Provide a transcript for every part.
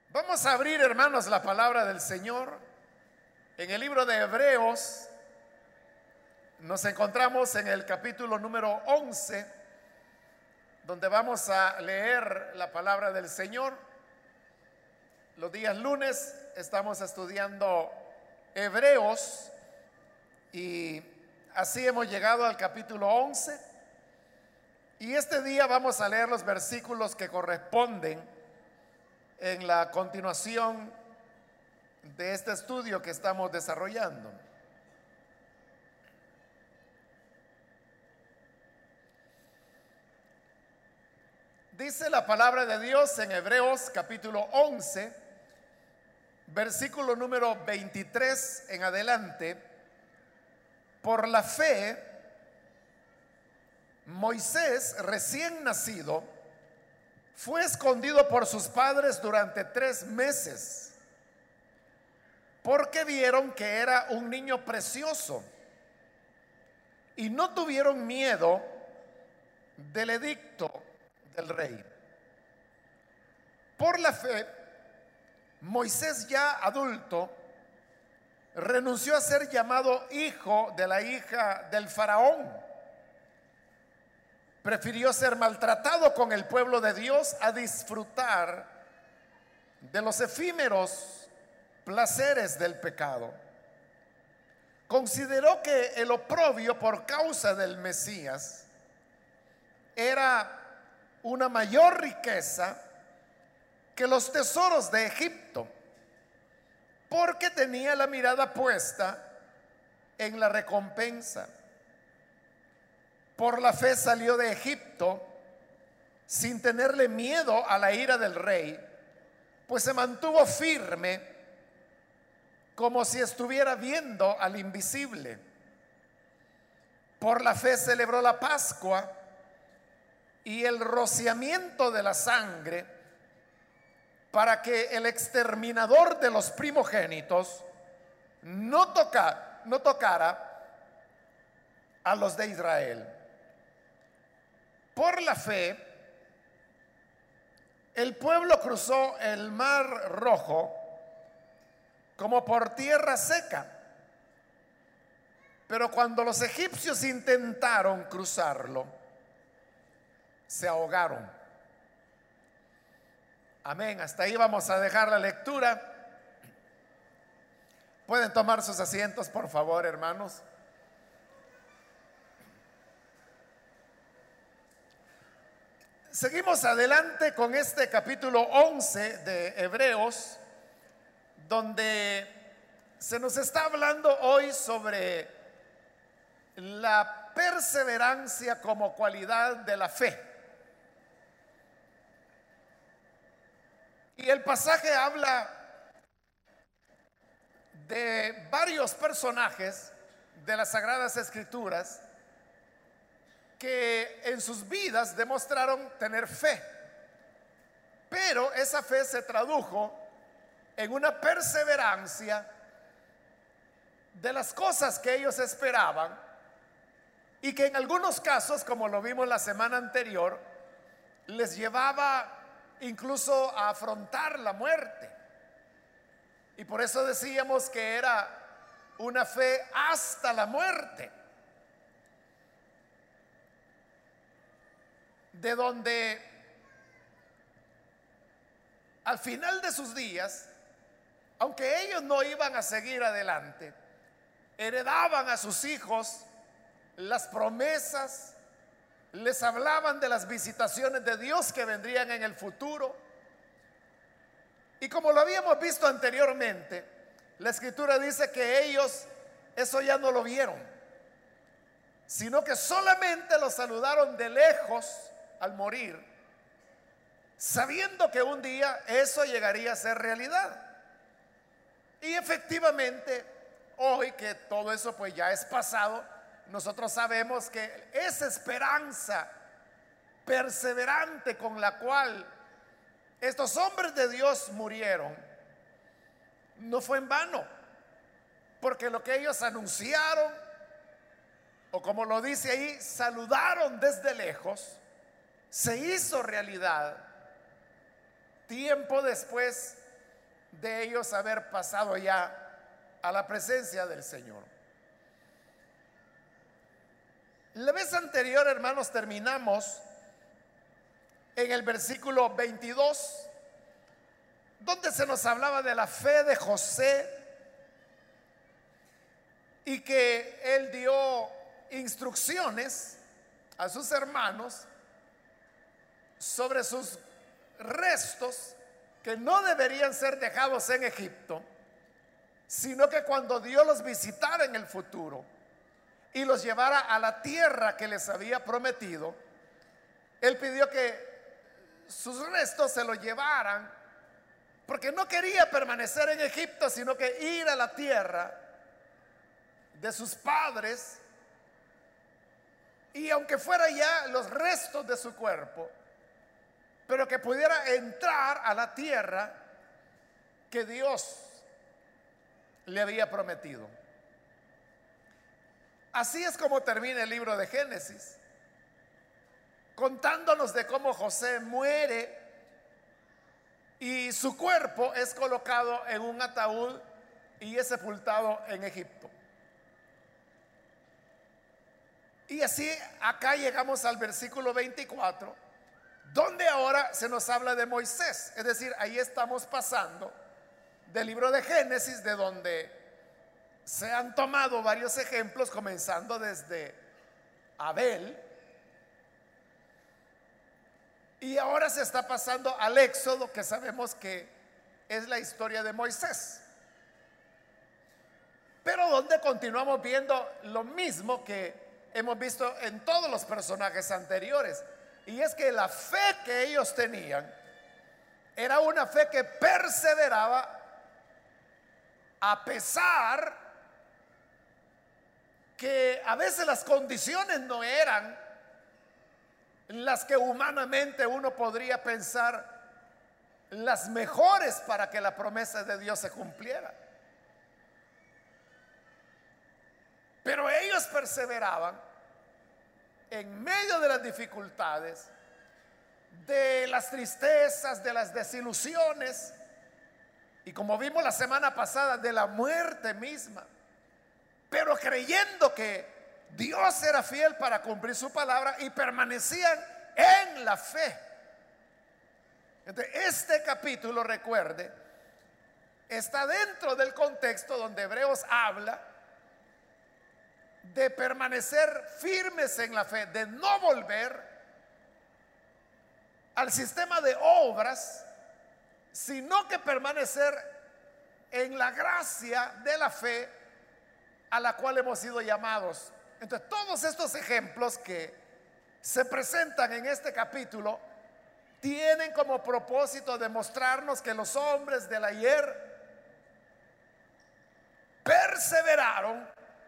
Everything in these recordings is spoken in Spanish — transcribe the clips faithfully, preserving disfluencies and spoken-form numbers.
Vamos a abrir, hermanos, la palabra del Señor en el libro de Hebreos. Nos encontramos en el capítulo número once, donde vamos a leer la palabra del Señor. Los días lunes estamos estudiando Hebreos y así hemos llegado al capítulo once. Y este día vamos a leer los versículos que corresponden en la continuación de este estudio que estamos desarrollando. Dice la palabra de Dios en Hebreos capítulo once, versículo número veintitrés en adelante: por la fe, Moisés, recién nacido, fue escondido por sus padres durante tres meses, porque vieron que era un niño precioso y no tuvieron miedo del edicto del rey. Por la fe, Moisés, ya adulto, renunció a ser llamado hijo de la hija del faraón. Prefirió ser maltratado con el pueblo de Dios a disfrutar de los efímeros placeres del pecado. Consideró que el oprobio por causa del Mesías era una mayor riqueza que los tesoros de Egipto, porque tenía la mirada puesta en la recompensa. Por la fe salió de Egipto sin tenerle miedo a la ira del rey, pues se mantuvo firme como si estuviera viendo al invisible. Por la fe celebró la Pascua y el rociamiento de la sangre, para que el exterminador de los primogénitos no toca, no tocara a los de Israel. Por la fe, el pueblo cruzó el mar Rojo como por tierra seca, pero cuando los egipcios intentaron cruzarlo, se ahogaron. Amén. Hasta ahí vamos a dejar la lectura. Pueden tomar sus asientos, por favor, hermanos. Seguimos adelante con este capítulo once de Hebreos, donde se nos está hablando hoy sobre la perseverancia como cualidad de la fe. Y el pasaje habla de varios personajes de las Sagradas Escrituras que en sus vidas demostraron tener fe, pero esa fe se tradujo en una perseverancia de las cosas que ellos esperaban, y que en algunos casos, como lo vimos la semana anterior, les llevaba incluso a afrontar la muerte. Y por eso decíamos que era una fe hasta la muerte, de donde al final de sus días, aunque ellos no iban a seguir adelante, heredaban a sus hijos las promesas, les hablaban de las visitaciones de Dios que vendrían en el futuro. Y como lo habíamos visto anteriormente, la Escritura dice que ellos eso ya no lo vieron, sino que solamente los saludaron de lejos al morir, sabiendo que un día eso llegaría a ser realidad. Y efectivamente, hoy que todo eso pues ya es pasado, nosotros sabemos que esa esperanza perseverante con la cual estos hombres de Dios murieron no fue en vano, porque lo que ellos anunciaron, o como lo dice ahí, saludaron desde lejos, se hizo realidad tiempo después de ellos haber pasado ya a la presencia del Señor. La vez anterior, hermanos, terminamos en el versículo veintidós, donde se nos hablaba de la fe de José y que él dio instrucciones a sus hermanos sobre sus restos, que no deberían ser dejados en Egipto, sino que cuando Dios los visitara en el futuro y los llevara a la tierra que les había prometido, él pidió que sus restos se los llevaran, porque no quería permanecer en Egipto, sino que ir a la tierra de sus padres, y aunque fuera ya los restos de su cuerpo, pero que pudiera entrar a la tierra que Dios le había prometido. Así es como termina el libro de Génesis, contándonos de cómo José muere y su cuerpo es colocado en un ataúd y es sepultado en Egipto. Y así acá llegamos al versículo veinticuatro, donde ahora se nos habla de Moisés. Es decir, ahí estamos pasando del libro de Génesis, de donde se han tomado varios ejemplos, comenzando desde Abel, y ahora se está pasando al Éxodo, que sabemos que es la historia de Moisés, pero donde continuamos viendo lo mismo que hemos visto en todos los personajes anteriores, y es que la fe que ellos tenían era una fe que perseveraba a pesar que a veces las condiciones no eran las que humanamente uno podría pensar las mejores para que la promesa de Dios se cumpliera. Pero ellos perseveraban en medio de las dificultades, de las tristezas, de las desilusiones, y como vimos la semana pasada, de la muerte misma, pero creyendo que Dios era fiel para cumplir su palabra y permanecían en la fe. Entonces, este capítulo, recuerde, está dentro del contexto donde Hebreos habla de permanecer firmes en la fe, de no volver al sistema de obras, sino que permanecer en la gracia de la fe a la cual hemos sido llamados. Entonces, todos estos ejemplos que se presentan en este capítulo tienen como propósito demostrarnos que los hombres del ayer perseveraron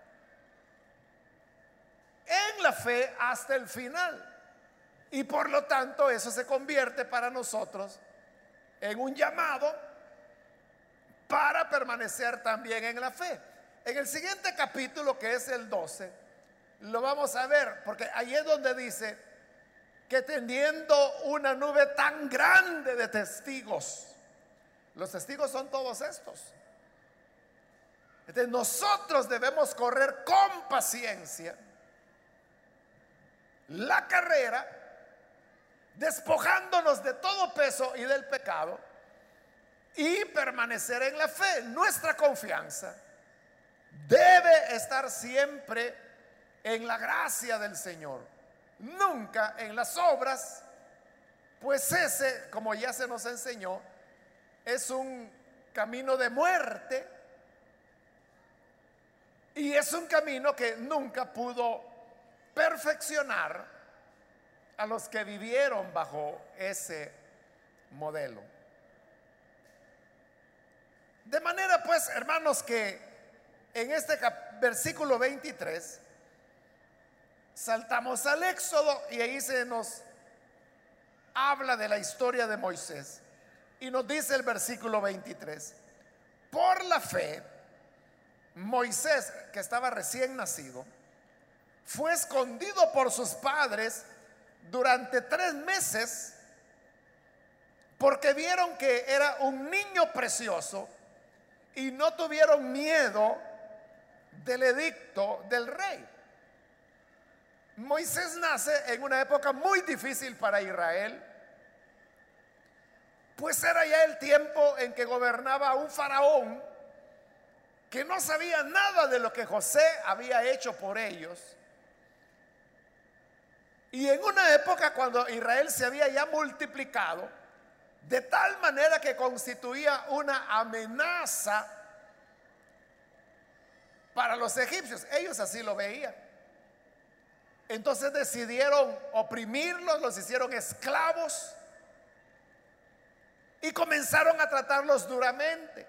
en la fe hasta el final, y por lo tanto eso se convierte para nosotros en un llamado para permanecer también en la fe. En el siguiente capítulo, que es el doce, lo vamos a ver, porque ahí es donde dice que teniendo una nube tan grande de testigos, los testigos son todos estos. Entonces nosotros debemos correr con paciencia la carrera, despojándonos de todo peso y del pecado, y permanecer en la fe. Nuestra confianza debe estar siempre en la gracia del Señor, nunca en las obras, pues ese, como ya se nos enseñó, es un camino de muerte, y es un camino que nunca pudo perfeccionar a los que vivieron bajo ese modelo. De manera pues, hermanos, que en este versículo veintitrés saltamos al Éxodo, y ahí se nos habla de la historia de Moisés, y nos dice el versículo veintitrés: por la fe Moisés, que estaba recién nacido, fue escondido por sus padres durante tres meses porque vieron que era un niño precioso y no tuvieron miedo del edicto del rey. Moisés nace en una época muy difícil para Israel, pues era ya el tiempo en que gobernaba un faraón que no sabía nada de lo que José había hecho por ellos. Y en una época cuando Israel se había ya multiplicado, de tal manera que constituía una amenaza para los egipcios. Ellos así lo veían. Entonces decidieron oprimirlos, los hicieron esclavos y comenzaron a tratarlos duramente.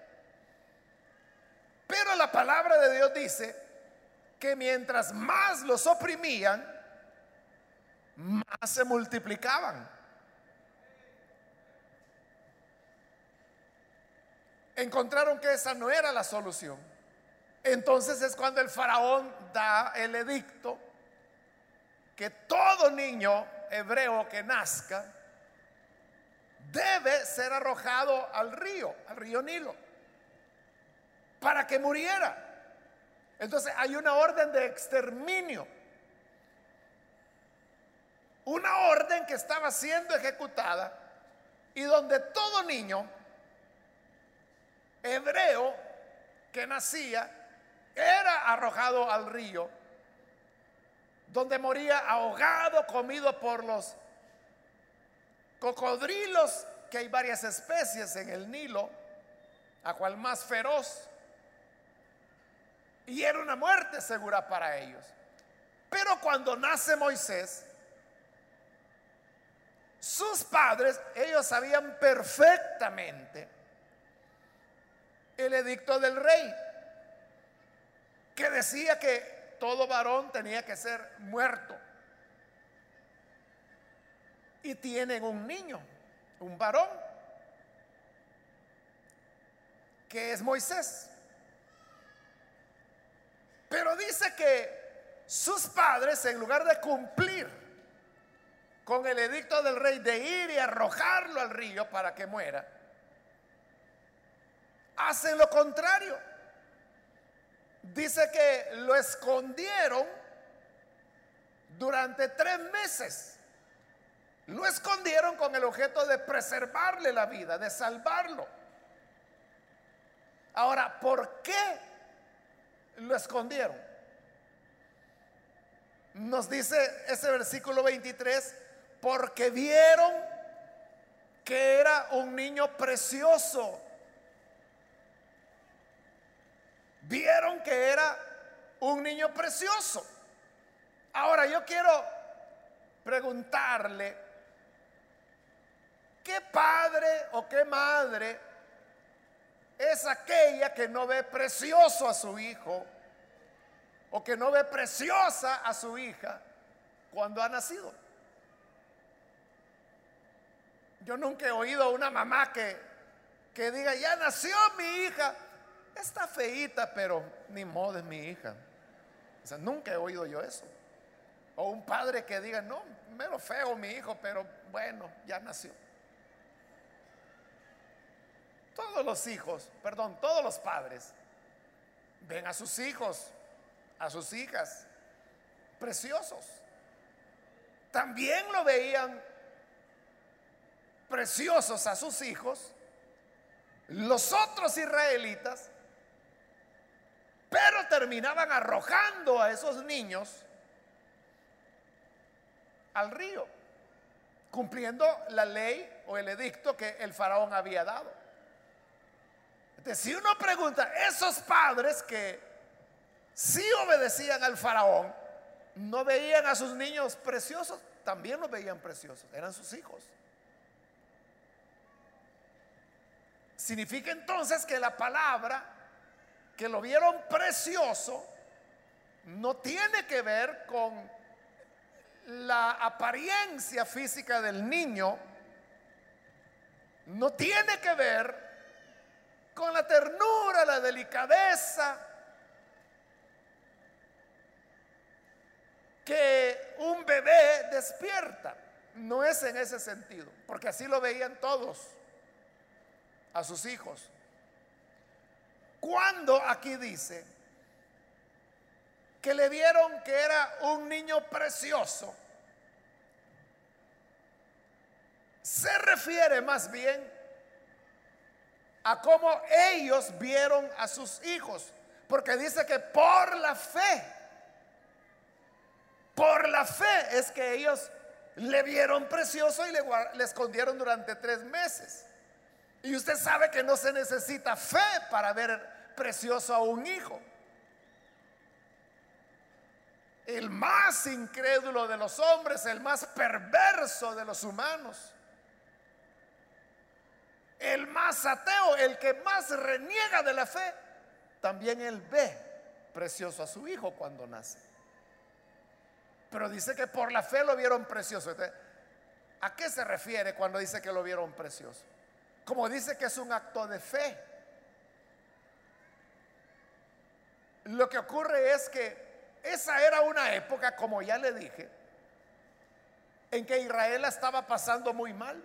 Pero la palabra de Dios dice que mientras más los oprimían, más se multiplicaban. Encontraron que esa no era la solución. Entonces es cuando el faraón da el edicto que todo niño hebreo que nazca debe ser arrojado al río, al río Nilo, para que muriera. Entonces hay una orden de exterminio, una orden que estaba siendo ejecutada y donde todo niño hebreo que nacía era arrojado al río, donde moría ahogado, comido por los cocodrilos, que hay varias especies en el Nilo, a cual más feroz, y era una muerte segura para ellos. Pero cuando nace Moisés, sus padres, ellos sabían perfectamente el edicto del rey, que decía que todo varón tenía que ser muerto. Y tienen un niño, un varón, que es Moisés. Pero dice que sus padres, en lugar de cumplir con el edicto del rey de ir y arrojarlo al río para que muera, hacen lo contrario. Dice que lo escondieron durante tres meses. Lo escondieron con el objeto de preservarle la vida, de salvarlo. Ahora, ¿por qué lo escondieron? Nos dice ese versículo veintitrés, porque vieron que era un niño precioso. Vieron que era un niño precioso. Ahora yo quiero preguntarle, ¿qué padre o qué madre es aquella que no ve precioso a su hijo o que no ve preciosa a su hija cuando ha nacido? Yo nunca he oído a una mamá que, que diga, ya nació mi hija, está feíta, pero ni modo, es mi hija. O sea, nunca he oído yo eso. O un padre que diga, no, mero feo mi hijo, pero bueno, ya nació. Todos los hijos, perdón, todos los padres ven a sus hijos, a sus hijas preciosos. También lo veían preciosos a sus hijos los otros israelitas, pero terminaban arrojando a esos niños al río, cumpliendo la ley o el edicto que el faraón había dado. Entonces, si uno pregunta, esos padres que sí obedecían al faraón, ¿no veían a sus niños preciosos? También los veían preciosos, eran sus hijos. Significa entonces que la palabra que lo vieron precioso no tiene que ver con la apariencia física del niño, no tiene que ver con la ternura, la delicadeza que un bebé despierta. No es en ese sentido, porque así lo veían todos a sus hijos. Cuando aquí dice que le vieron que era un niño precioso, se refiere más bien a cómo ellos vieron a sus hijos, porque dice que por la fe, por la fe es que ellos le vieron precioso y le, le escondieron durante tres meses. Y usted sabe que no se necesita fe para ver precioso a un hijo. El más incrédulo de los hombres, el más perverso de los humanos, el más ateo, el que más reniega de la fe, también él ve precioso a su hijo cuando nace. Pero dice que por la fe lo vieron precioso. Entonces, ¿a qué se refiere cuando dice que lo vieron precioso? Como dice que es un acto de fe. Lo que ocurre es que esa era una época, como ya le dije, en que Israel estaba pasando muy mal.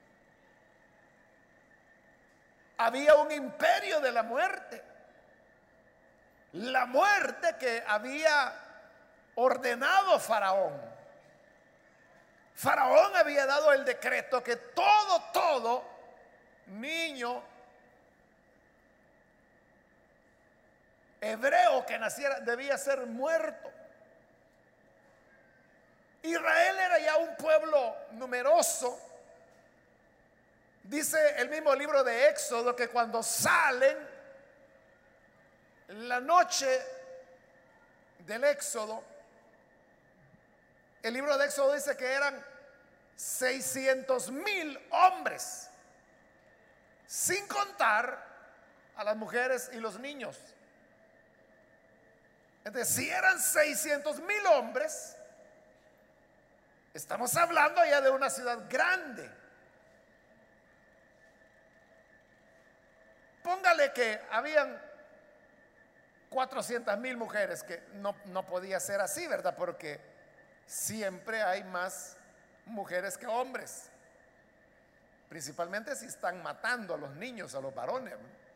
Había un imperio de la muerte. La muerte que había ordenado Faraón. Faraón había dado el decreto que todo, todo niño hebreo que naciera debía ser muerto. Israel era ya un pueblo numeroso. Dice el mismo libro de Éxodo que cuando salen la noche del Éxodo, el libro de Éxodo dice que eran seiscientos mil hombres, sin contar a las mujeres y los niños. Entonces, si eran seiscientos mil hombres, estamos hablando ya de una ciudad grande. Póngale que habían cuatrocientas mil mujeres, que no, no podía ser así, ¿verdad? Porque siempre hay más mujeres que hombres, principalmente si están matando a los niños, a los varones.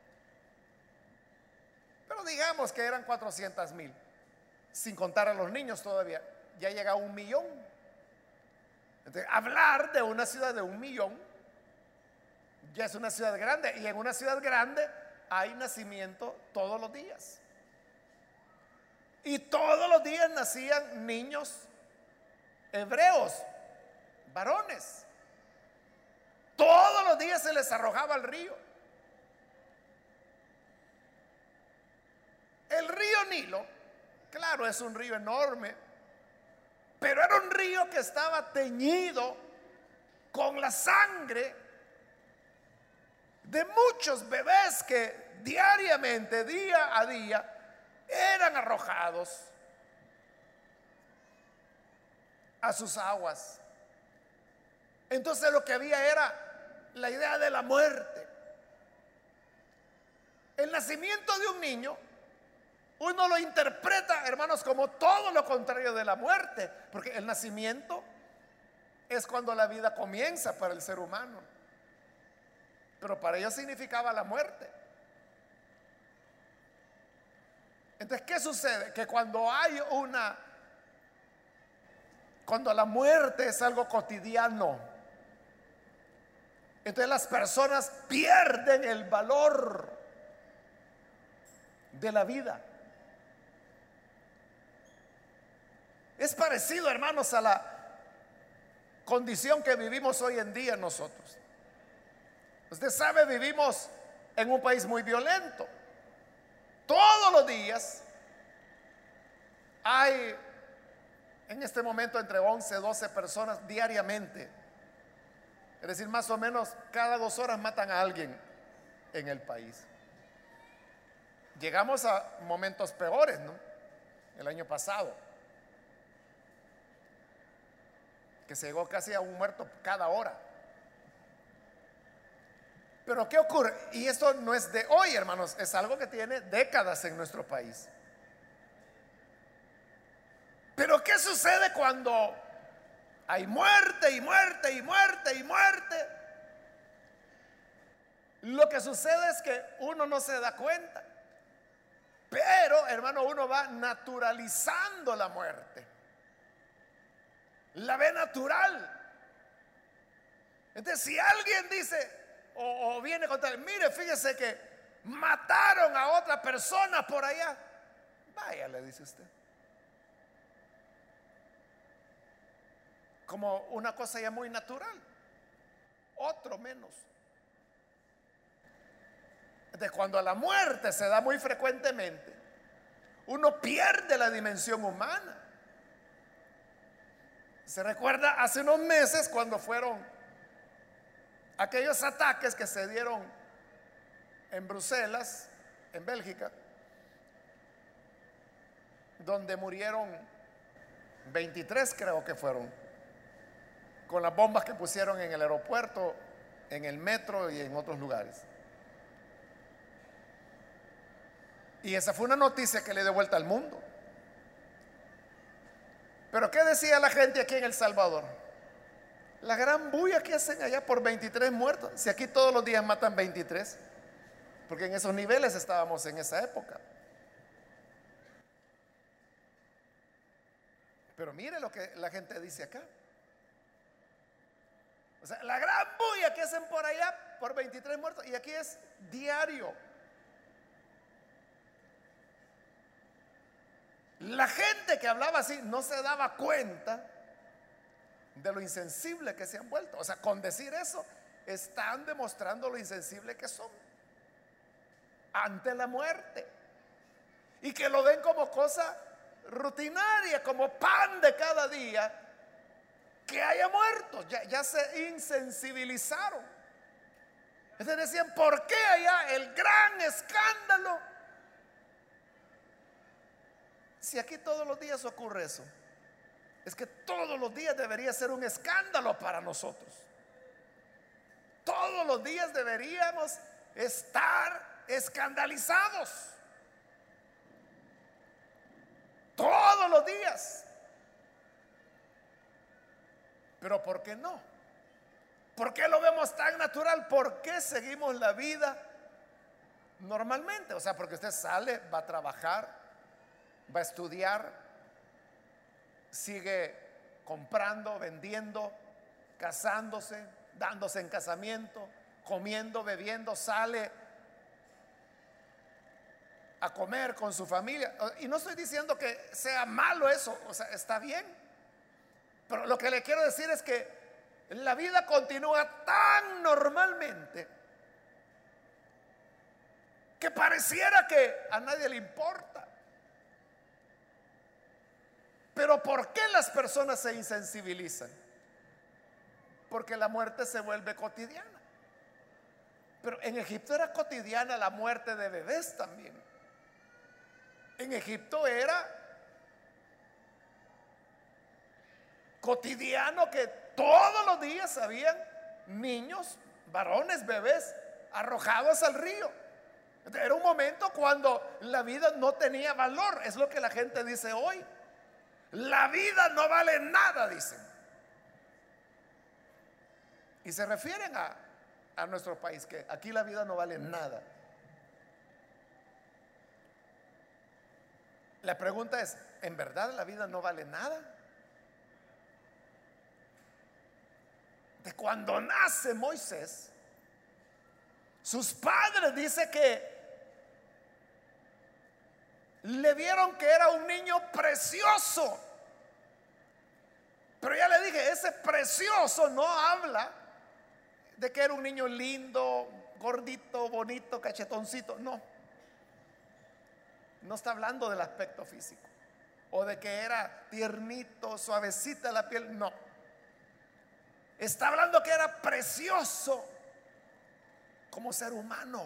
Pero digamos que eran cuatrocientas mil, sin contar a los niños todavía, ya llega a un millón. Entonces, hablar de una ciudad de un millón ya es una ciudad grande, y en una ciudad grande hay nacimiento todos los días. Y todos los días nacían niños hebreos, varones. Todos los días se les arrojaba al río. El río Nilo, claro, es un río enorme, pero era un río que estaba teñido con la sangre de muchos bebés que diariamente, día a día, eran arrojados a sus aguas. Entonces lo que había era la idea de la muerte. El nacimiento de un niño uno lo interpreta, hermanos, como todo lo contrario de la muerte, porque el nacimiento es cuando la vida comienza para el ser humano, pero para ellos significaba la muerte. Entonces, ¿qué sucede? Que cuando hay una, cuando la muerte es algo cotidiano, entonces las personas pierden el valor de la vida. Es parecido, hermanos, a la condición que vivimos hoy en día nosotros. Usted sabe, vivimos en un país muy violento. Todos los días hay en este momento entre once, doce personas diariamente. Es decir, más o menos cada dos horas matan a alguien en el país. Llegamos a momentos peores, ¿no? El año pasado, que se llegó casi a un muerto cada hora. Pero ¿qué ocurre? Y esto no es de hoy, hermanos, es algo que tiene décadas en nuestro país. Pero ¿qué sucede cuando hay muerte y muerte y muerte y muerte? Lo que sucede es que uno no se da cuenta. Pero, hermano, uno va naturalizando la muerte. La ve natural. Entonces, si alguien dice o, o viene a contar, mire, fíjese que mataron a otra persona por allá, vaya, le dice usted. Como una cosa ya muy natural. Otro menos. Entonces, cuando la muerte se da muy frecuentemente, uno pierde la dimensión humana. Se recuerda hace unos meses cuando fueron aquellos ataques que se dieron en Bruselas, en Bélgica, donde murieron veintitrés, creo que fueron, con las bombas que pusieron en el aeropuerto, en el metro y en otros lugares. Y esa fue una noticia que le dio vuelta al mundo. Pero ¿qué decía la gente aquí en El Salvador? La gran bulla que hacen allá por veintitrés muertos. Si aquí todos los días matan veintitrés, porque en esos niveles estábamos en esa época. Pero mire lo que la gente dice acá. O sea, la gran bulla que hacen por allá por veintitrés muertos, y aquí es diario. La gente que hablaba así no se daba cuenta de lo insensible que se han vuelto. O sea, con decir eso están demostrando lo insensible que son ante la muerte, y que lo ven como cosa rutinaria, como pan de cada día que haya muertos. Ya, ya se insensibilizaron. Entonces decían, ¿por qué allá el gran escándalo? Si aquí todos los días ocurre eso, es que todos los días debería ser un escándalo para nosotros. Todos los días deberíamos estar escandalizados. Todos los días. Pero ¿por qué no? ¿Por qué lo vemos tan natural? ¿Por qué seguimos la vida normalmente? O sea, porque usted sale, va a trabajar, va a estudiar, sigue comprando, vendiendo, casándose, dándose en casamiento, comiendo, bebiendo, sale a comer con su familia. Y no estoy diciendo que sea malo eso, o sea, está bien. Pero lo que le quiero decir es que la vida continúa tan normalmente que pareciera que a nadie le importa. Pero ¿por qué las personas se insensibilizan? Porque la muerte se vuelve cotidiana. Pero en Egipto era cotidiana la muerte de bebés también. En Egipto era cotidiano que todos los días habían niños, varones, bebés arrojados al río. Era un momento cuando la vida no tenía valor. Es lo que la gente dice hoy. La vida no vale nada, dicen. Y se refieren a, a nuestro país, que aquí la vida no vale nada. La pregunta es, ¿en verdad la vida no vale nada? De cuando nace Moisés, sus padres dicen que le vieron que era un niño precioso. Pero ya le dije, ese precioso no habla de que era un niño lindo, gordito, bonito, cachetoncito. No. No está hablando del aspecto físico o de que era tiernito, suavecita la piel. No. Está hablando que era precioso como ser humano.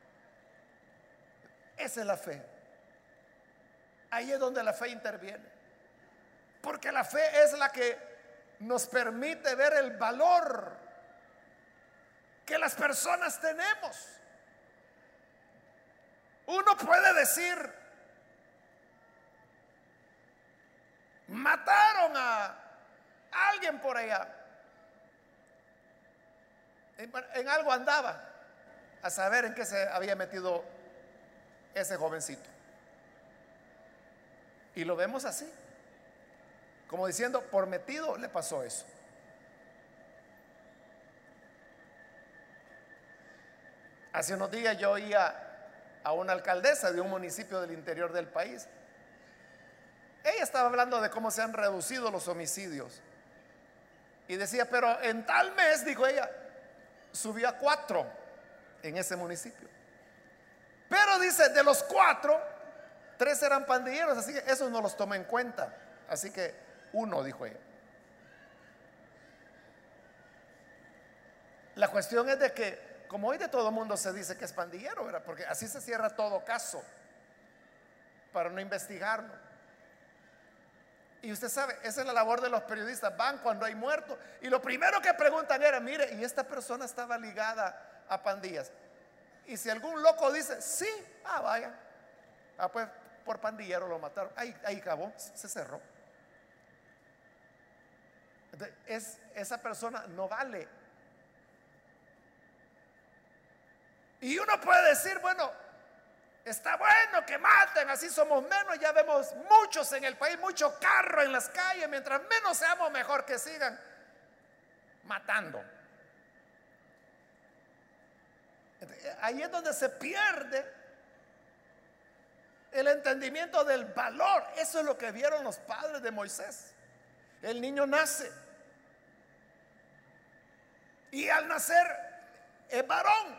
Esa es la fe. Ahí es donde la fe interviene. Porque la fe es la que nos permite ver el valor que las personas tenemos. Uno puede decir, mataron a alguien por allá, en, en algo andaba, a saber en qué se había metido ese jovencito. Y lo vemos así, como diciendo, por metido le pasó eso. Hace unos días yo oía a una alcaldesa de un municipio del interior del país. Ella estaba hablando de cómo se han reducido los homicidios. Y decía, pero en tal mes, dijo ella, subió a cuatro en ese municipio. Pero dice, de los cuatro, tres eran pandilleros, así que eso no los toma en cuenta. Así que uno, dijo ella. La cuestión es de que, como hoy de todo mundo se dice que es pandillero, ¿verdad? Porque así se cierra todo caso para no investigarlo. Y usted sabe, esa es la labor de los periodistas. Van cuando hay muertos y lo primero que preguntan era, mire, ¿y esta persona estaba ligada a pandillas? Y si algún loco dice, sí, ah, vaya, ah, pues por pandillero lo mataron, ahí, ahí acabó, se cerró. Entonces, es, esa persona no vale. Y uno puede decir, bueno, está bueno que maten, así somos menos, ya vemos muchos en el país, mucho carro en las calles, mientras menos seamos mejor que sigan matando. Ahí es donde se pierde el entendimiento del valor. Eso es lo que vieron los padres de Moisés. El niño nace y al nacer es varón.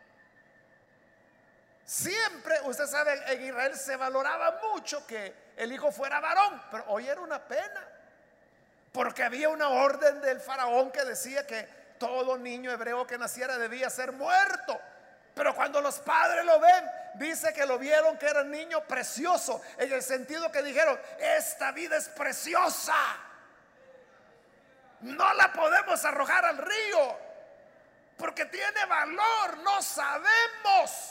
Siempre, usted sabe, en Israel se valoraba mucho que el hijo fuera varón, pero hoy era una pena, porque había una orden del faraón que decía que todo niño hebreo que naciera debía ser muerto. Pero cuando los padres lo ven, dice que lo vieron que era un niño precioso, en el sentido que dijeron, esta vida es preciosa, no la podemos arrojar al río, porque tiene valor. No sabemos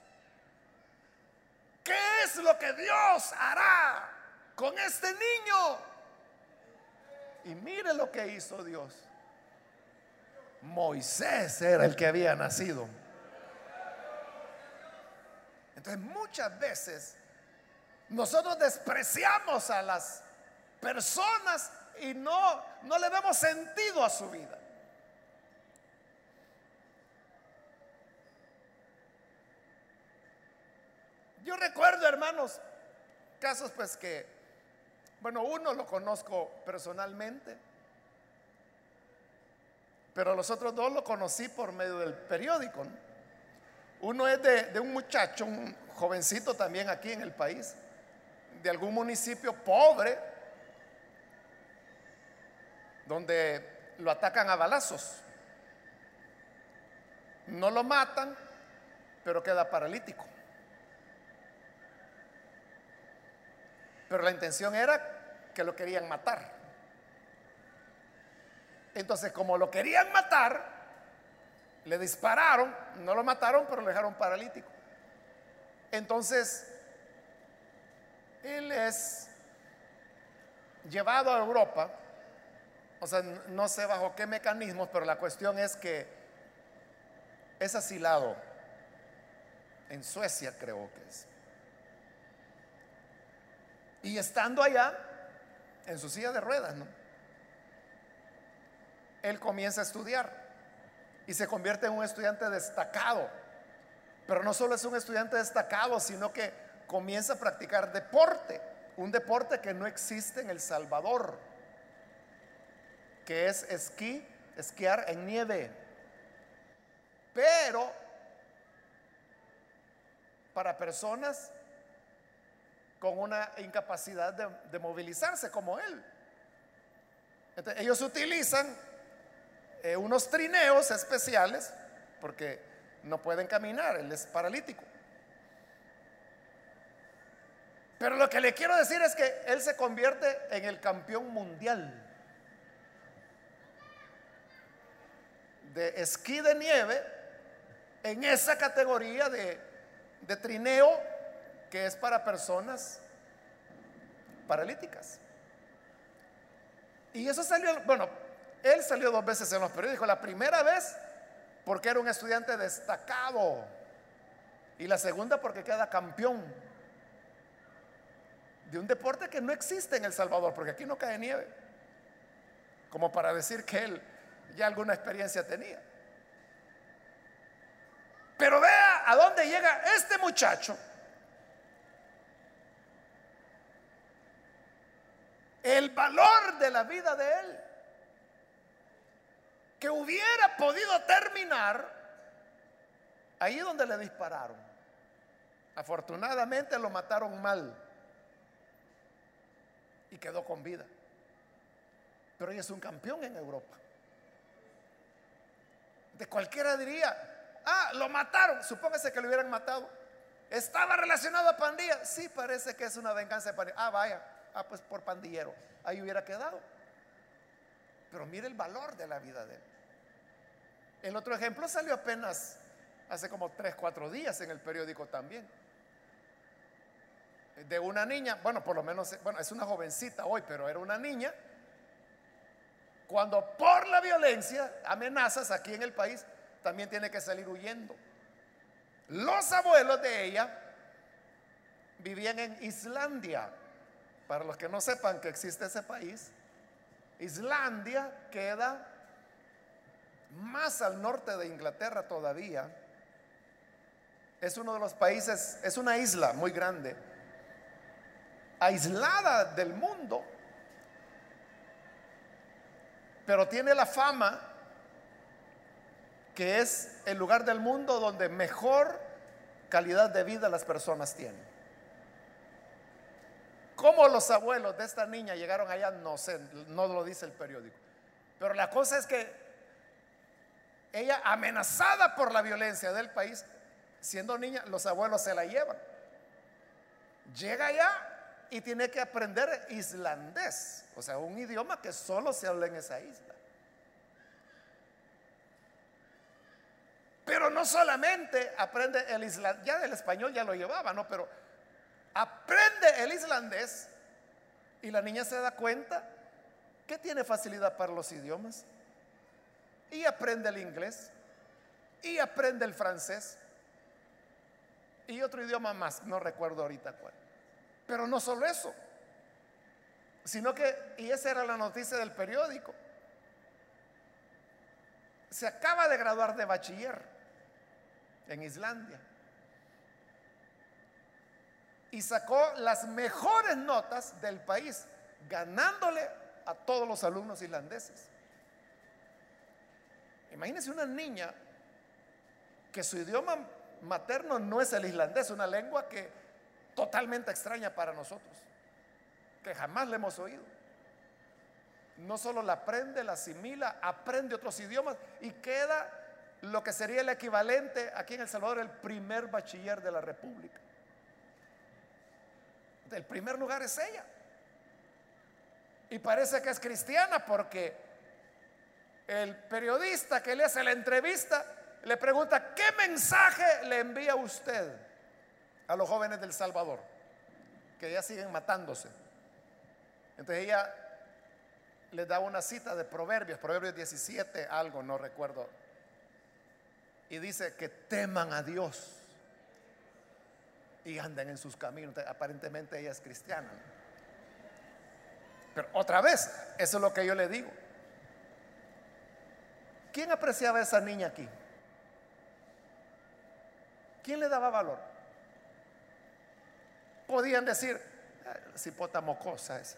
¿qué es lo que Dios hará con este niño? Y mire lo que hizo Dios. Moisés era el que había nacido. Entonces muchas veces nosotros despreciamos a las personas y no, no le damos sentido a su vida. Yo recuerdo, hermanos, casos pues que, bueno, uno lo conozco personalmente, pero los otros dos lo conocí por medio del periódico, ¿no? Uno es de, de un muchacho, un jovencito también aquí en el país, de algún municipio pobre, donde lo atacan a balazos. No lo matan, pero queda paralítico. Pero la intención era que lo querían matar. Entonces, como lo querían matar, le dispararon, no lo mataron, pero lo dejaron paralítico. Entonces, él es llevado a Europa, o sea, no sé bajo qué mecanismos, pero la cuestión es que es asilado en Suecia, creo que es. Y estando allá, en su silla de ruedas, ¿no?, él comienza a estudiar y se convierte en un estudiante destacado. Pero no solo es un estudiante destacado, sino que comienza a practicar deporte, un deporte que no existe en El Salvador, que es esquí, esquiar en nieve. Pero para personas con una incapacidad de, de movilizarse como él. Entonces, ellos utilizan eh, unos trineos especiales porque no pueden caminar, él es paralítico. Pero lo que le quiero decir es que él se convierte en el campeón mundial de esquí de nieve en esa categoría de, de trineo que es para personas paralíticas. Y eso salió, bueno, él salió dos veces en los periódicos. La primera vez porque era un estudiante destacado. Y la segunda porque queda campeón de un deporte que no existe en El Salvador, porque aquí no cae nieve, como para decir que él ya alguna experiencia tenía. Pero vea a dónde llega este muchacho. El valor de la vida de él, que hubiera podido terminar ahí donde le dispararon. Afortunadamente lo mataron mal y quedó con vida. Pero hoy es un campeón en Europa. De cualquiera diría, ah, lo mataron. Supóngase que lo hubieran matado. ¿Estaba relacionado a pandilla? Sí, parece que es una venganza de pandilla. Ah, vaya, ah, pues por pandillero. Ahí hubiera quedado. Pero mire el valor de la vida de él. El otro ejemplo salió apenas hace como tres, cuatro días en el periódico también. De una niña, bueno, por lo menos, bueno, es una jovencita hoy, pero era una niña. Cuando por la violencia, amenazas aquí en el país, también tiene que salir huyendo. Los abuelos de ella vivían en Islandia. Para los que no sepan que existe ese país, Islandia queda más al norte de Inglaterra todavía. Es uno de los países, es una isla muy grande, aislada del mundo, pero tiene la fama que es el lugar del mundo donde mejor calidad de vida las personas tienen. ¿Cómo los abuelos de esta niña llegaron allá? No sé, no lo dice el periódico. Pero la cosa es que ella, amenazada por la violencia del país, siendo niña, los abuelos se la llevan. Llega allá y tiene que aprender islandés, o sea, un idioma que solo se habla en esa isla. Pero no solamente aprende el islandés, ya el español ya lo llevaba, ¿no? Pero aprende el islandés y la niña se da cuenta que tiene facilidad para los idiomas y aprende el inglés y aprende el francés y otro idioma más, no recuerdo ahorita cuál. Pero no solo eso, sino que, y esa era la noticia del periódico, se acaba de graduar de bachiller en Islandia y sacó las mejores notas del país, ganándole a todos los alumnos islandeses. Imagínense una niña que su idioma materno no es el islandés, una lengua que totalmente extraña para nosotros, que jamás le hemos oído. No solo la aprende, la asimila, aprende otros idiomas y queda lo que sería el equivalente aquí en El Salvador, el primer bachiller de la República. El primer lugar es ella. Y parece que es cristiana porque el periodista que le hace la entrevista le pregunta: ¿qué mensaje le envía usted a los jóvenes del Salvador que ya siguen matándose? Entonces ella les da una cita de Proverbios, Proverbios diecisiete, algo, no recuerdo, y dice que teman a Dios y anden en sus caminos. Entonces, aparentemente ella es cristiana. Pero otra vez, eso es lo que yo le digo. ¿Quién apreciaba a esa niña aquí? ¿Quién le daba valor? Podían decir: cipota mocosa esa.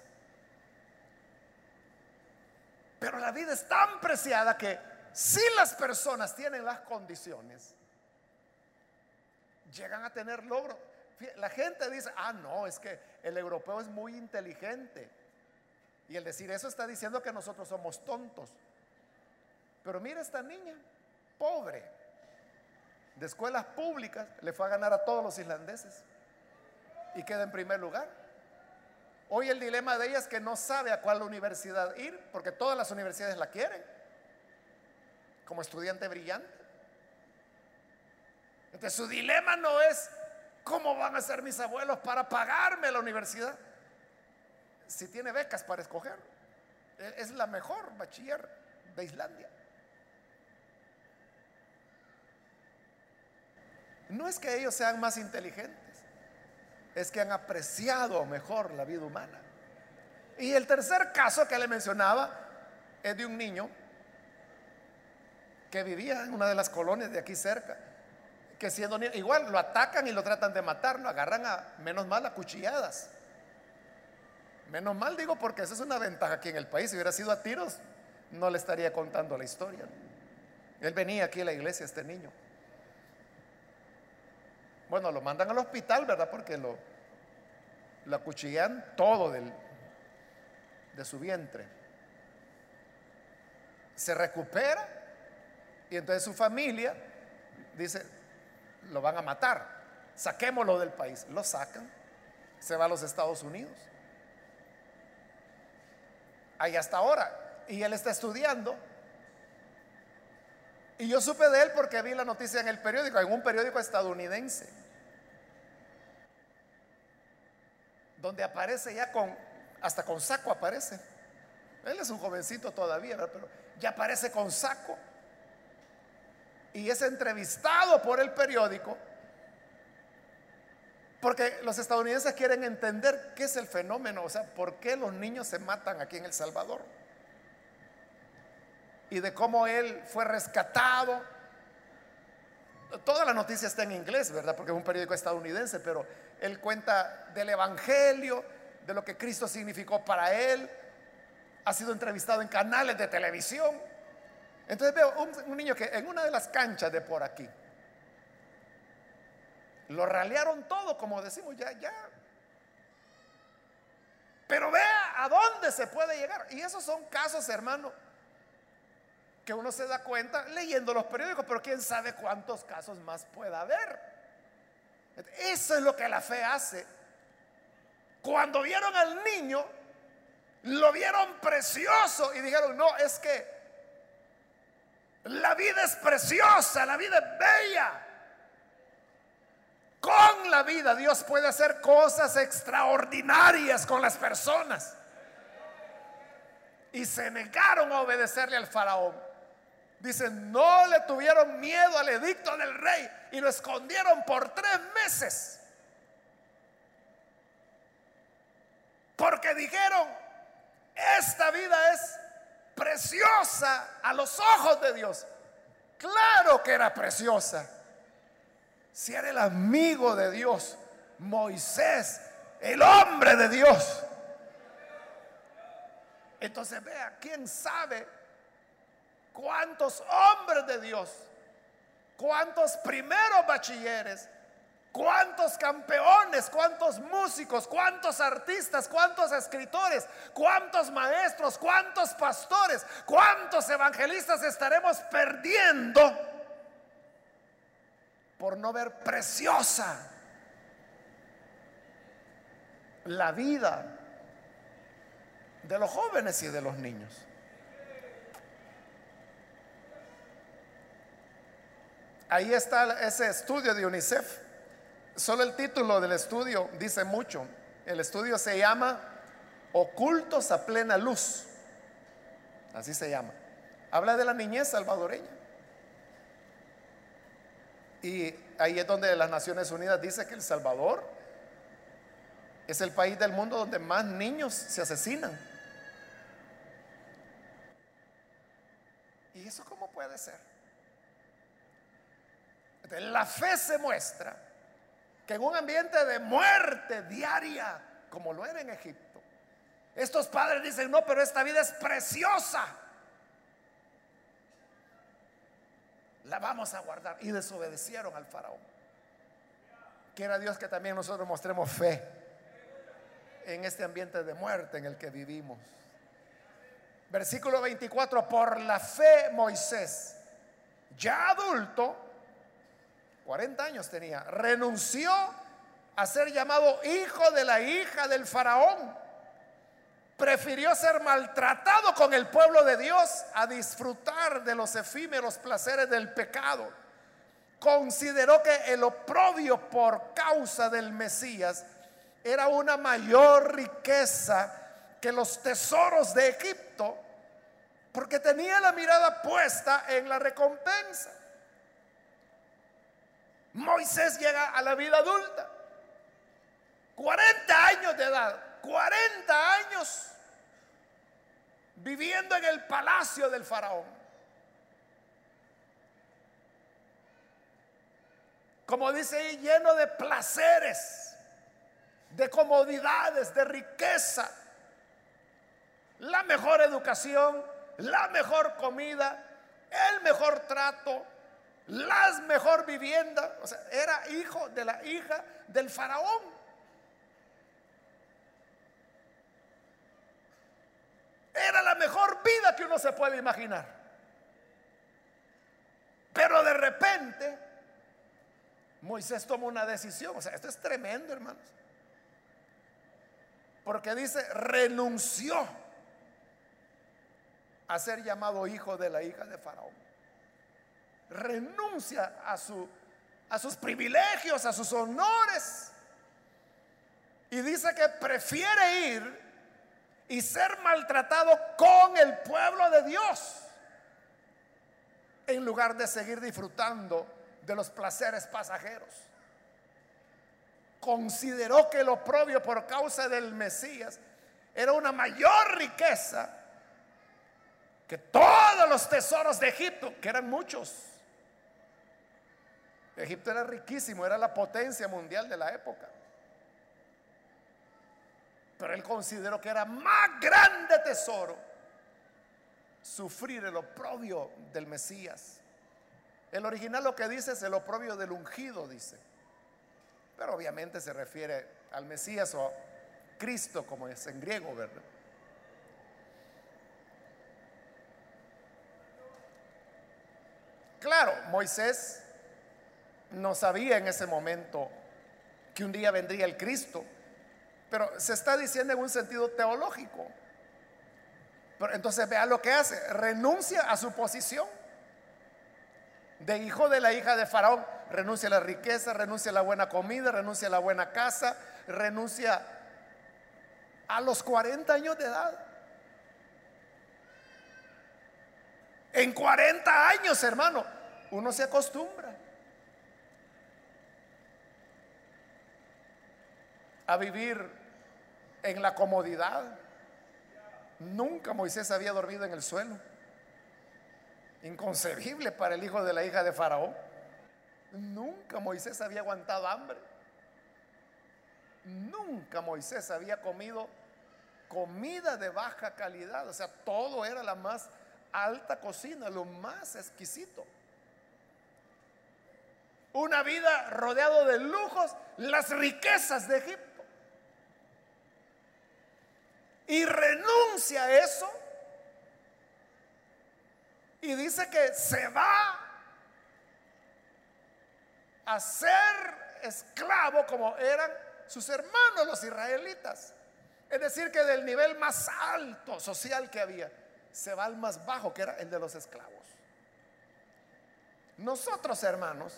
Pero la vida es tan preciada que si las personas tienen las condiciones, llegan a tener logro. La gente dice: ah, no, es que el europeo es muy inteligente. Y el decir eso está diciendo que nosotros somos tontos. Pero mira esta niña, pobre, de escuelas públicas, le fue a ganar a todos los islandeses y queda en primer lugar. Hoy el dilema de ella es que no sabe a cuál universidad ir, porque todas las universidades la quieren como estudiante brillante. Entonces su dilema no es: ¿cómo van a ser mis abuelos para pagarme la universidad? Si tiene becas para escoger, es la mejor bachiller de Islandia. No es que ellos sean más inteligentes, es que han apreciado mejor la vida humana. Y el tercer caso que le mencionaba es de un niño que vivía en una de las colonias de aquí cerca, que siendo niño, igual lo atacan y lo tratan de matar, lo agarran a, menos mal, a cuchilladas. Menos mal, digo, porque esa es una ventaja aquí en el país. Si hubiera sido a tiros, no le estaría contando la historia. Él venía aquí a la iglesia, este niño. Bueno, lo mandan al hospital, ¿verdad? Porque lo, lo acuchillan todo del, de su vientre. Se recupera y entonces su familia dice: lo van a matar, saquémoslo del país. Lo sacan, se va a los Estados Unidos. Ahí hasta ahora. Y él está estudiando. Y yo supe de él porque vi la noticia en el periódico, en un periódico estadounidense, donde aparece ya con, hasta con saco aparece. Él es un jovencito todavía, ¿verdad? Pero ya aparece con saco. Y es entrevistado por el periódico, porque los estadounidenses quieren entender qué es el fenómeno, o sea, por qué los niños se matan aquí en El Salvador. Y de cómo él fue rescatado. Toda la noticia está en inglés, ¿verdad? Porque es un periódico estadounidense, pero él cuenta del evangelio, de lo que Cristo significó para él. Ha sido entrevistado en canales de televisión. Entonces veo un, un niño que en una de las canchas de por aquí lo ralearon todo, como decimos, ya, ya. Pero vea a dónde se puede llegar. Y esos son casos, hermano, que uno se da cuenta leyendo los periódicos, pero quién sabe cuántos casos más pueda haber. Eso es lo que la fe hace. Cuando vieron al niño, lo vieron precioso y dijeron: no, es que la vida es preciosa, la vida es bella. Con la vida Dios puede hacer cosas extraordinarias con las personas. Y se negaron a obedecerle al faraón. Dicen: no le tuvieron miedo al edicto del rey y lo escondieron por tres meses. Porque dijeron: esta vida es preciosa a los ojos de Dios. Claro que era preciosa. Si era el amigo de Dios, Moisés, el hombre de Dios. Entonces vea, quién sabe cuántos hombres de Dios, cuántos primeros bachilleres, cuántos campeones, cuántos músicos, cuántos artistas, cuántos escritores, cuántos maestros, cuántos pastores, cuántos evangelistas estaremos perdiendo por no ver preciosa la vida de los jóvenes y de los niños. Ahí está ese estudio de UNICEF. Solo el título del estudio dice mucho. El estudio se llama Ocultos a plena luz. Así se llama. Habla de la niñez salvadoreña. Y ahí es donde las Naciones Unidas dice que El Salvador es el país del mundo donde más niños se asesinan. ¿Y eso cómo puede ser? La fe se muestra que en un ambiente de muerte diaria, como lo era en Egipto, estos padres dicen: no, pero esta vida es preciosa, la vamos a guardar. Y desobedecieron al faraón. Quiera Dios que también nosotros mostremos fe en este ambiente de muerte en el que vivimos. Versículo veinticuatro: por la fe Moisés, ya adulto, cuarenta años tenía, renunció a ser llamado hijo de la hija del faraón. Prefirió ser maltratado con el pueblo de Dios a disfrutar de los efímeros placeres del pecado. Consideró que el oprobio por causa del Mesías era una mayor riqueza que los tesoros de Egipto, porque tenía la mirada puesta en la recompensa. Moisés llega a la vida adulta, cuarenta años de edad, cuarenta años viviendo en el palacio del faraón. Como dice ahí, lleno de placeres, de comodidades, de riqueza, la mejor educación, la mejor comida, el mejor trato, la mejor vivienda. O sea, era hijo de la hija del faraón. Era la mejor vida que uno se puede imaginar. Pero de repente Moisés tomó una decisión. O sea, esto es tremendo, hermanos, porque dice, renunció a ser llamado hijo de la hija de faraón. Renuncia a su, a sus privilegios, a sus honores, y dice que prefiere ir y ser maltratado con el pueblo de Dios en lugar de seguir disfrutando de los placeres pasajeros. Consideró que el oprobio por causa del Mesías era una mayor riqueza que todos los tesoros de Egipto, que eran muchos. Egipto era riquísimo, era la potencia mundial de la época. Pero él consideró que era más grande tesoro sufrir el oprobio del Mesías. El original lo que dice es el oprobio del ungido, dice. Pero obviamente se refiere al Mesías o a Cristo, como es en griego, ¿verdad? Claro, Moisés no sabía en ese momento que un día vendría el Cristo, pero se está diciendo en un sentido teológico. Pero entonces vea lo que hace: renuncia a su posición de hijo de la hija de faraón, renuncia a la riqueza, renuncia a la buena comida, renuncia a la buena casa, renuncia a los cuarenta años de edad. En cuarenta años, hermano, uno se acostumbra a vivir en la comodidad. Nunca Moisés había dormido en el suelo. Inconcebible para el hijo de la hija de faraón. Nunca Moisés había aguantado hambre. Nunca Moisés había comido comida de baja calidad. O sea, todo era la más alta cocina, lo más exquisito. Una vida rodeado de lujos, las riquezas de Egipto. Y renuncia a eso y dice que se va a ser esclavo como eran sus hermanos los israelitas. Es decir, que del nivel más alto social que había, se va al más bajo, que era el de los esclavos. Nosotros, hermanos,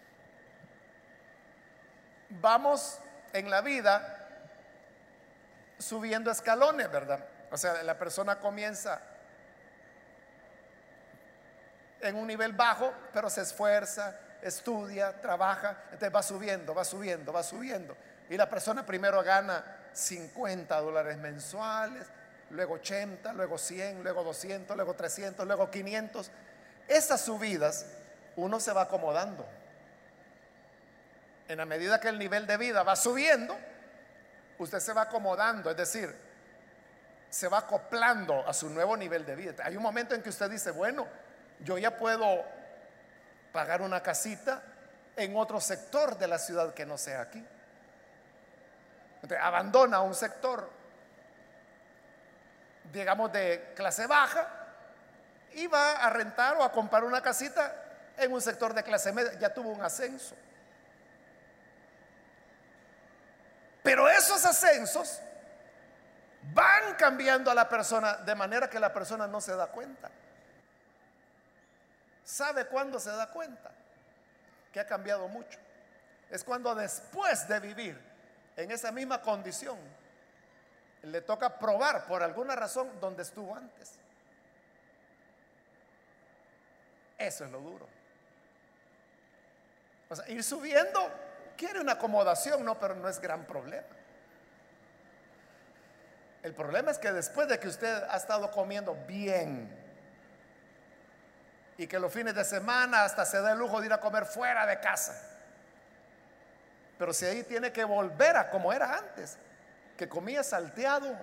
vamos en la vida subiendo escalones, ¿verdad? O sea, la persona comienza en un nivel bajo, pero se esfuerza, estudia, trabaja, entonces va subiendo, va subiendo, va subiendo. Y la persona primero gana cincuenta dólares mensuales, luego ochenta, luego cien, luego doscientos, luego trescientos, luego quinientos. Esas subidas uno se va acomodando. En la medida que el nivel de vida va subiendo, usted se va acomodando, es decir, se va acoplando a su nuevo nivel de vida. Hay un momento en que usted dice, bueno, yo ya puedo pagar una casita en otro sector de la ciudad que no sea aquí. Entonces, abandona un sector, digamos, de clase baja y va a rentar o a comprar una casita en un sector de clase media. Ya tuvo un ascenso. Pero esos ascensos van cambiando a la persona de manera que la persona no se da cuenta. ¿Sabe cuándo se da cuenta que ha cambiado mucho? Es cuando después de vivir en esa misma condición le toca probar por alguna razón donde estuvo antes. Eso es lo duro. O O sea, ir subiendo quiere una acomodación, no, pero no es gran problema. El problema es que después de que usted ha estado comiendo bien y que los fines de semana hasta se da el lujo de ir a comer fuera de casa, pero si ahí tiene que volver a como era antes, que comía salteado,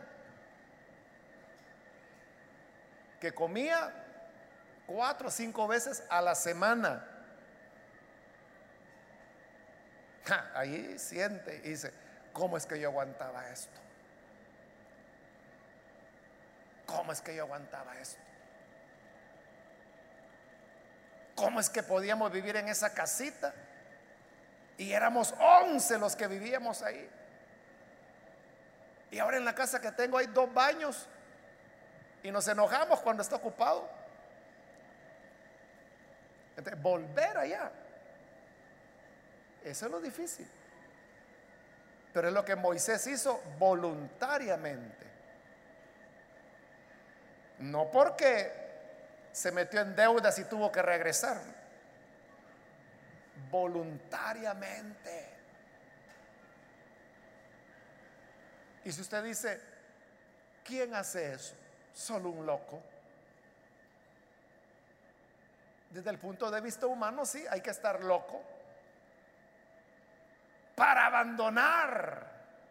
que comía cuatro o cinco veces a la semana. Ja, ahí siente y dice, ¿cómo es que yo aguantaba esto? ¿Cómo es que yo aguantaba esto? ¿Cómo es que podíamos vivir en esa casita? Y éramos once los que vivíamos ahí. Y ahora en la casa que tengo hay dos baños y nos enojamos cuando está ocupado. Entonces, volver allá, eso es lo difícil. Pero es lo que Moisés hizo voluntariamente. No porque se metió en deudas y tuvo que regresar. Voluntariamente. Y si usted dice, ¿quién hace eso? Solo un loco. Desde el punto de vista humano, sí, hay que estar loco para abandonar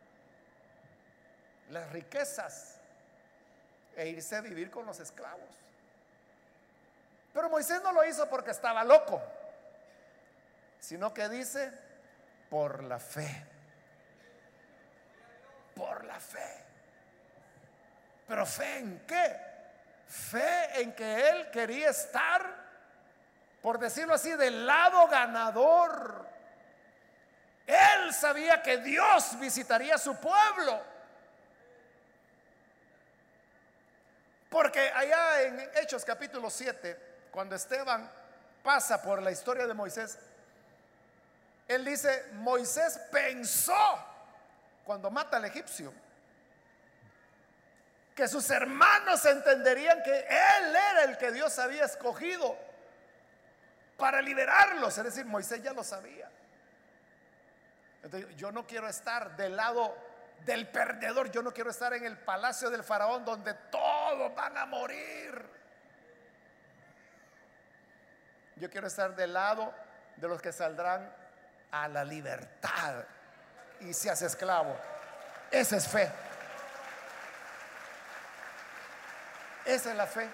las riquezas e irse a vivir con los esclavos. Pero Moisés no lo hizo porque estaba loco, sino que dice, por la fe. Por la fe. ¿Pero fe en qué? Fe en que él quería estar, por decirlo así, del lado ganador. Él sabía que Dios visitaría a su pueblo. Porque allá en Hechos capítulo siete, cuando Esteban pasa por la historia de Moisés, él dice, Moisés pensó, cuando mata al egipcio, que sus hermanos entenderían que él era el que Dios había escogido para liberarlos. Es decir, Moisés ya lo sabía. Entonces, yo no quiero estar del lado del perdedor. Yo no quiero estar en el palacio del faraón donde todos van a morir. Yo quiero estar del lado de los que saldrán a la libertad y se hace esclavo. Esa es fe. Esa es la fe.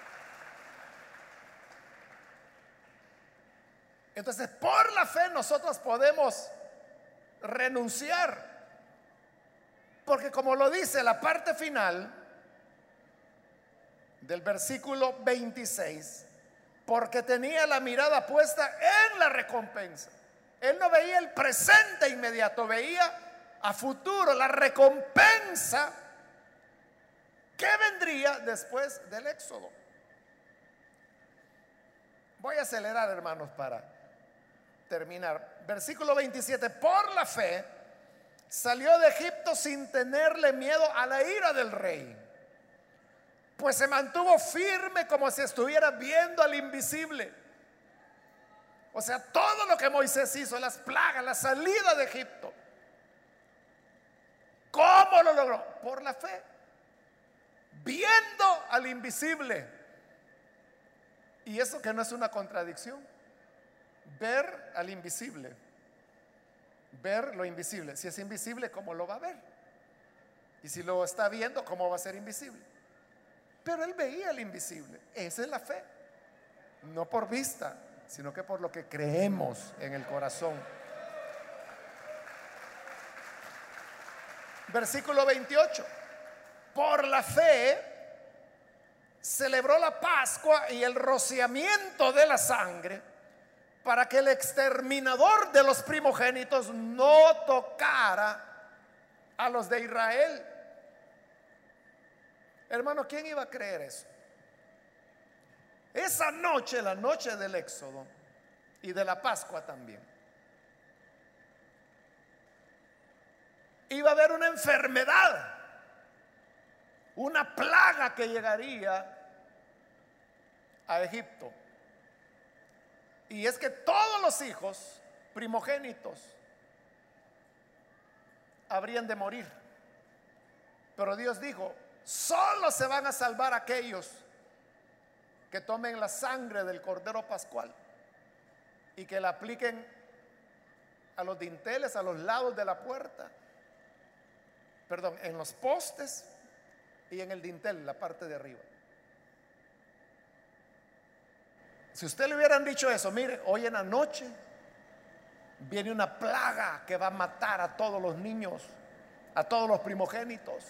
Entonces, por la fe nosotros podemos renunciar, porque como lo dice la parte final del versículo veintiséis, porque tenía la mirada puesta en la recompensa. Él no veía el presente inmediato, veía a futuro la recompensa que vendría después del éxodo. Voy a acelerar, hermanos, para terminar. Versículo veintisiete, por la fe salió de Egipto sin tenerle miedo a la ira del rey, pues se mantuvo firme como si estuviera viendo al invisible. O sea, todo lo que Moisés hizo, las plagas, la salida de Egipto, ¿cómo lo logró? Por la fe, viendo al invisible. Y eso que no es una contradicción. Ver al invisible, ver lo invisible. Si es invisible, ¿cómo lo va a ver? Y si lo está viendo, ¿cómo va a ser invisible? Pero él veía el invisible. Esa es la fe. No por vista, sino que por lo que creemos en el corazón. Versículo veintiocho. Por la fe celebró la Pascua y el rociamiento de la sangre, para que el exterminador de los primogénitos no tocara a los de Israel. Hermano, ¿quién iba a creer eso? Esa noche, la noche del Éxodo y de la Pascua también, iba a haber una enfermedad, una plaga que llegaría a Egipto. Y es que todos los hijos primogénitos habrían de morir. Pero Dios dijo, solo se van a salvar aquellos que tomen la sangre del Cordero Pascual y que la apliquen a los dinteles, a los lados de la puerta, perdón, en los postes y en el dintel, la parte de arriba. Si usted le hubieran dicho eso, mire, hoy en la noche viene una plaga que va a matar a todos los niños, a todos los primogénitos.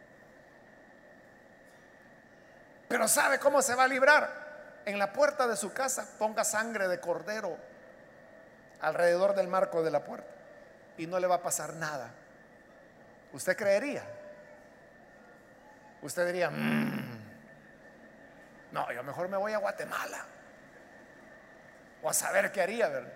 Pero ¿sabe cómo se va a librar? En la puerta de su casa ponga sangre de cordero alrededor del marco de la puerta y no le va a pasar nada. ¿Usted creería? Usted diría, mmm, no, yo mejor me voy a Guatemala o a saber qué haría, ¿verdad?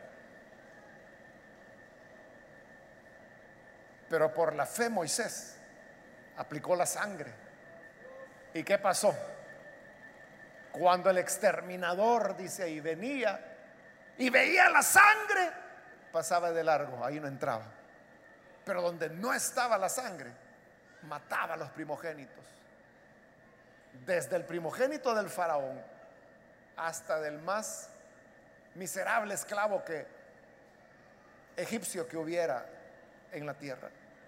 Pero por la fe Moisés aplicó la sangre. ¿Y qué pasó? Cuando el exterminador, dice ahí, venía y veía la sangre, pasaba de largo, ahí no entraba. Pero donde no estaba la sangre, mataba a los primogénitos. Desde el primogénito del faraón hasta del más miserable esclavo que egipcio que hubiera en la tierra.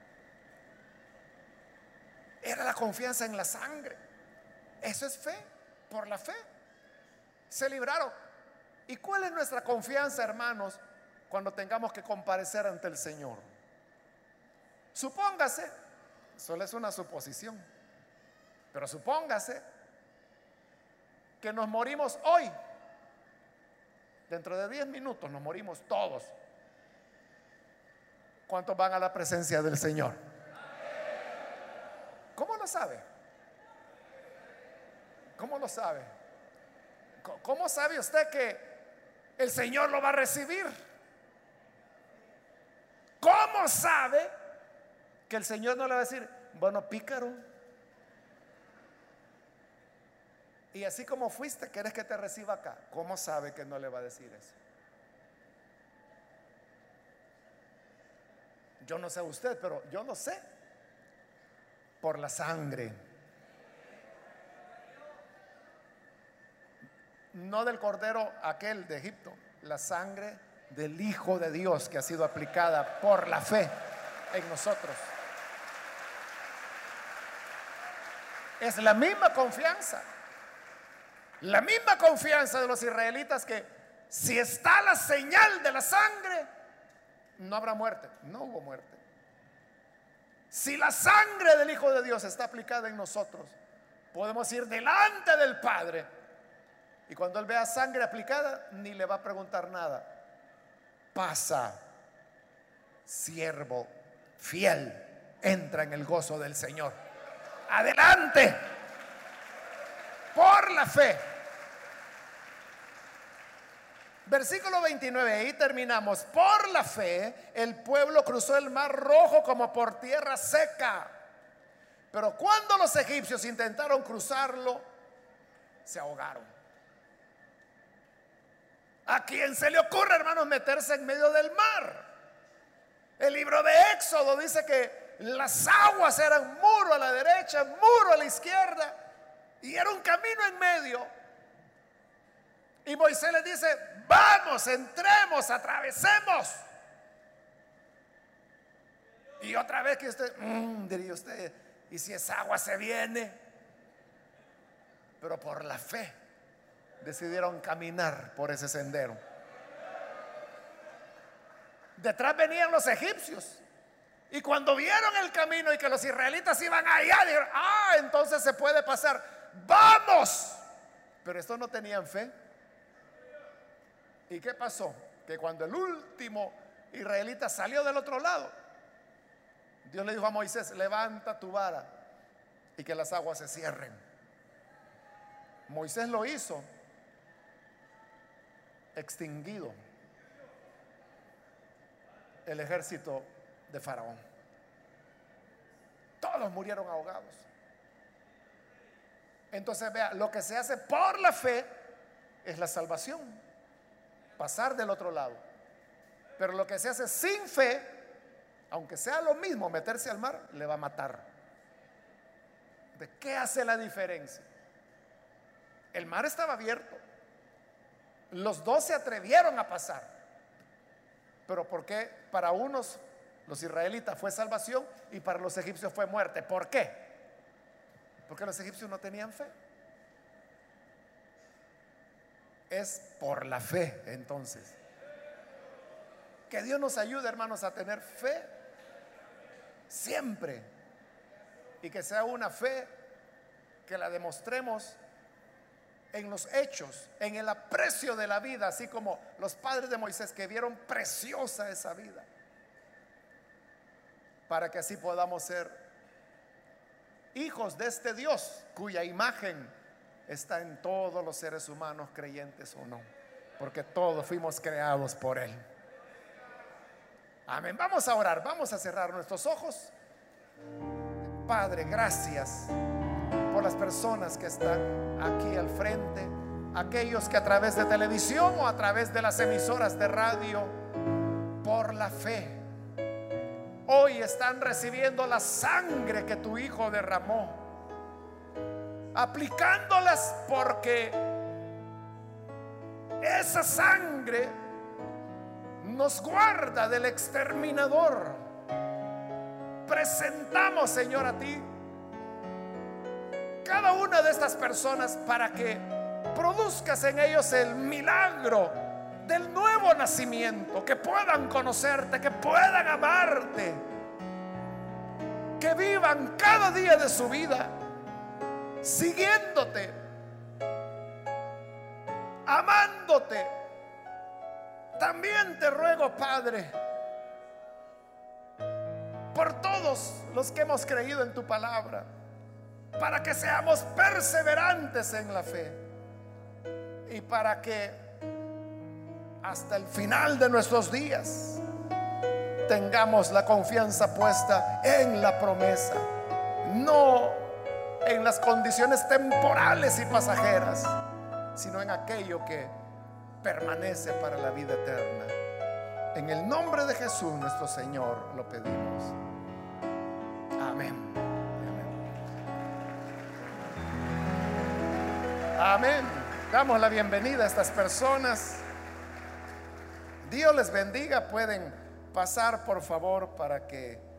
Era la confianza en la sangre. Eso es fe. Por la fe se libraron. ¿Y cuál es nuestra confianza, hermanos, cuando tengamos que comparecer ante el Señor? Supóngase, solo es una suposición, pero supóngase que nos morimos hoy. Dentro de diez minutos nos morimos todos. ¿Cuántos van a la presencia del Señor? ¿Cómo lo sabe? ¿Cómo lo sabe? ¿Cómo sabe usted que el Señor lo va a recibir? ¿Cómo sabe que el Señor no le va a decir, bueno, pícaro, y así como fuiste, quieres que te reciba acá? ¿Cómo sabe que no le va a decir eso? Yo no sé usted, pero yo lo sé por la sangre. No del cordero aquel de Egipto, la sangre del Hijo de Dios que ha sido aplicada por la fe en nosotros. Es la misma confianza, la misma confianza de los israelitas, que si está la señal de la sangre, no habrá muerte. No hubo muerte. Si la sangre del Hijo de Dios está aplicada en nosotros, podemos ir delante del Padre. Y cuando Él vea sangre aplicada, ni le va a preguntar nada. Pasa, siervo fiel, entra en el gozo del Señor. Adelante, por la fe. Versículo veintinueve, ahí terminamos. Por la fe, el pueblo cruzó el mar Rojo como por tierra seca. Pero cuando los egipcios intentaron cruzarlo, se ahogaron. ¿A quién se le ocurre, hermanos, meterse en medio del mar? El libro de Éxodo dice que las aguas eran muro a la derecha, muro a la izquierda, y era un camino en medio. Y Moisés les dice, vamos, entremos, atravesemos. Y otra vez que usted, mmm, diría usted, ¿y si esa agua se viene? Pero por la fe decidieron caminar por ese sendero. Detrás venían los egipcios, y cuando vieron el camino y que los israelitas iban allá, dijeron, ah, entonces se puede pasar, vamos. Pero estos no tenían fe. ¿Y qué pasó? Que cuando el último israelita salió del otro lado, Dios le dijo a Moisés, levanta tu vara y que las aguas se cierren. Moisés lo hizo. Extinguido el ejército de Faraón. Todos murieron ahogados. Entonces vea, lo que se hace por la fe es la salvación, pasar del otro lado. Pero lo que se hace sin fe, aunque sea lo mismo meterse al mar, le va a matar. ¿De qué hace la diferencia? El mar estaba abierto. Los dos se atrevieron a pasar. Pero ¿por qué para unos, los israelitas, fue salvación y para los egipcios fue muerte? ¿Por qué? Porque los egipcios no tenían fe. Es por la fe, entonces. Que Dios nos ayude, hermanos, a tener fe siempre. Y que sea una fe que la demostremos en los hechos, en el aprecio de la vida, así como los padres de Moisés, que vieron preciosa esa vida, para que así podamos ser hijos de este Dios cuya imagen está en todos los seres humanos, creyentes o no, porque todos fuimos creados por Él. Amén. Vamos a orar, vamos a cerrar nuestros ojos. Padre, gracias por las personas que están aquí al frente, aquellos que a través de televisión o a través de las emisoras de radio, por la fe, hoy están recibiendo la sangre que tu Hijo derramó, aplicándolas, porque esa sangre nos guarda del exterminador. Presentamos, Señor, a ti cada una de estas personas para que produzcas en ellos el milagro del nuevo nacimiento, que puedan conocerte, que puedan amarte, que vivan cada día de su vida siguiéndote, amándote. También te ruego, Padre, por todos los que hemos creído en tu palabra, para que seamos perseverantes en la fe y para que hasta el final de nuestros días tengamos la confianza puesta en la promesa, no en las condiciones temporales y pasajeras, sino en aquello que permanece para la vida eterna. En el nombre de Jesús nuestro Señor lo pedimos. Amén. Amén. Damos la bienvenida a estas personas. Dios les bendiga. Pueden pasar, por favor, para que